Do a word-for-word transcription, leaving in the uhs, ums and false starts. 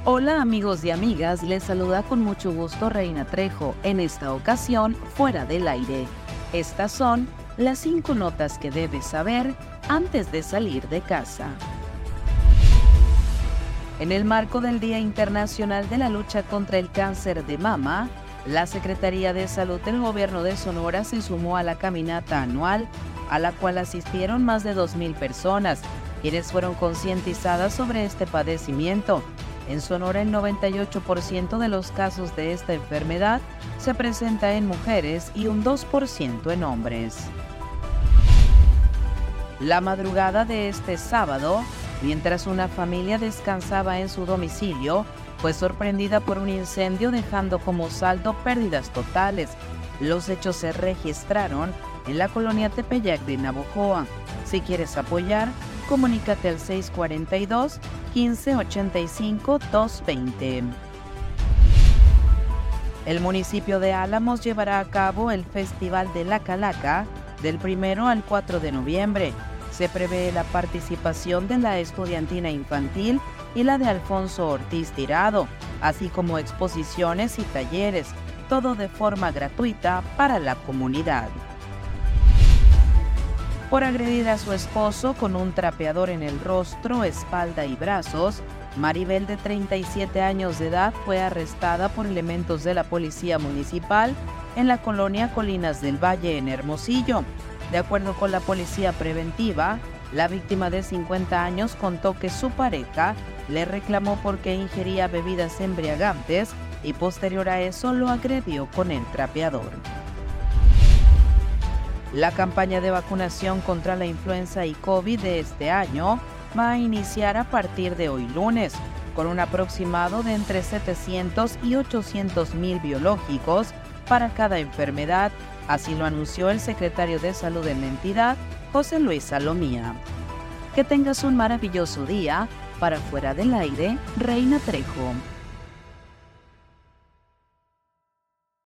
Hola amigos y amigas, les saluda con mucho gusto Reina Trejo, en esta ocasión fuera del aire. Estas son las cinco notas que debes saber antes de salir de casa. En el marco del Día Internacional de la Lucha contra el Cáncer de Mama, la Secretaría de Salud del Gobierno de Sonora se sumó a la caminata anual, a la cual asistieron más de dos mil personas, quienes fueron concientizadas sobre este padecimiento. En Sonora, el noventa y ocho por ciento de los casos de esta enfermedad se presenta en mujeres y un dos por ciento en hombres. La madrugada de este sábado, mientras una familia descansaba en su domicilio, fue sorprendida por un incendio dejando como saldo pérdidas totales. Los hechos se registraron en la colonia Tepeyac de Navojoa. Si quieres apoyar, comunícate al seis cuatro dos, quince ochenta y cinco, doscientos veinte. El municipio de Álamos llevará a cabo el Festival de la Calaca del primero al cuatro de noviembre. Se prevé la participación de la estudiantina infantil y la de Alfonso Ortiz Tirado, así como exposiciones y talleres, todo de forma gratuita para la comunidad. Por agredir a su esposo con un trapeador en el rostro, espalda y brazos, Maribel, de treinta y siete años de edad, fue arrestada por elementos de la Policía Municipal en la colonia Colinas del Valle, en Hermosillo. De acuerdo con la Policía Preventiva, la víctima de cincuenta años contó que su pareja le reclamó porque ingería bebidas embriagantes y posterior a eso lo agredió con el trapeador. La campaña de vacunación contra la influenza y COVID de este año va a iniciar a partir de hoy lunes, con un aproximado de entre setecientos y ochocientos mil biológicos para cada enfermedad, así lo anunció el secretario de Salud en la entidad, José Luis Salomía. Que tengas un maravilloso día. Para Fuera del Aire, Reina Trejo.